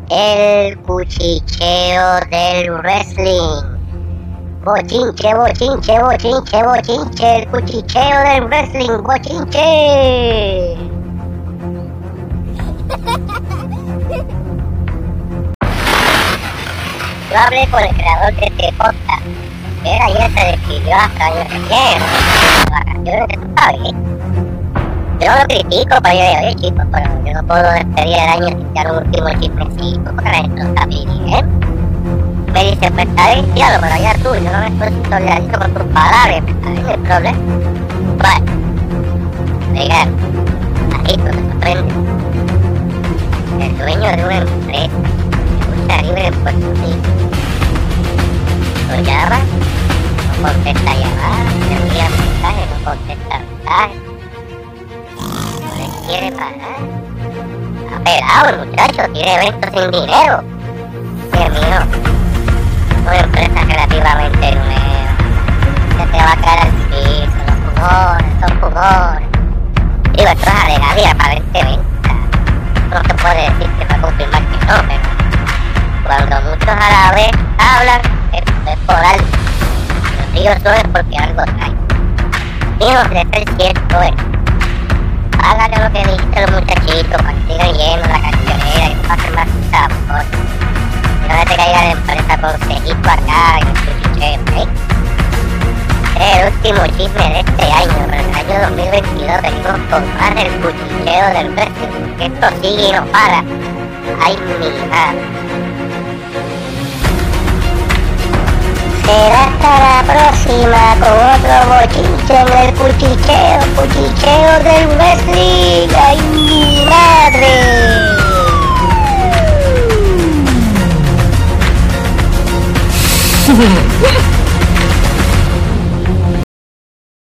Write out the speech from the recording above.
El cuchicheo del wrestling. Bochinche, bochinche, bochinche, bochinche. El cuchicheo del wrestling, bochinche. Yo hablé con el creador de este podcast. Él ayer se despidió hasta año que viene. Vacaciones, tú sabes. Yo lo critico, pero yo digo, oye chicos, pero yo no puedo despedir el año sin dar un último chismecito, porque la gente lo está pidiendo. Me dice, pues está bien, tíalo, pero allá tú, yo no me estoy solidarizando con tus palabras, está bien el problema. Bueno, oigan, ahí tú te sorprendes. El dueño de una empresa, lucha libre en Puerto Rico, lo llama, no contesta llamadas, le envía mensajes, no contesta mensajes. Quiere pagar. Está pelado el muchacho, tiene eventos sin dinero. Dios mío, una empresa relativamente nueva. Se te va a caer al piso, los jugones. Digo, esto es alegaría para 2020. No se puede decir que va a confirmar que no, pero cuando muchos a la vez hablan, es por algo. Los digo eso es porque algo trae. Digo, de ser cierto es. Hágale lo que dijiste los muchachitos para que sigan llenos la canchonera y no pasen más sabor. Y no te caiga la empresa consejito acá en el cuchicheo, ¿ok? Es el último chisme de este año, pero en el año 2022 venimos con más del cuchicheo del wrestling, que esto sigue y no para. Ay, mi madre. Será hasta la próxima con otro bochinche en el cuchicheo del wrestling. ¡Ay, mi madre!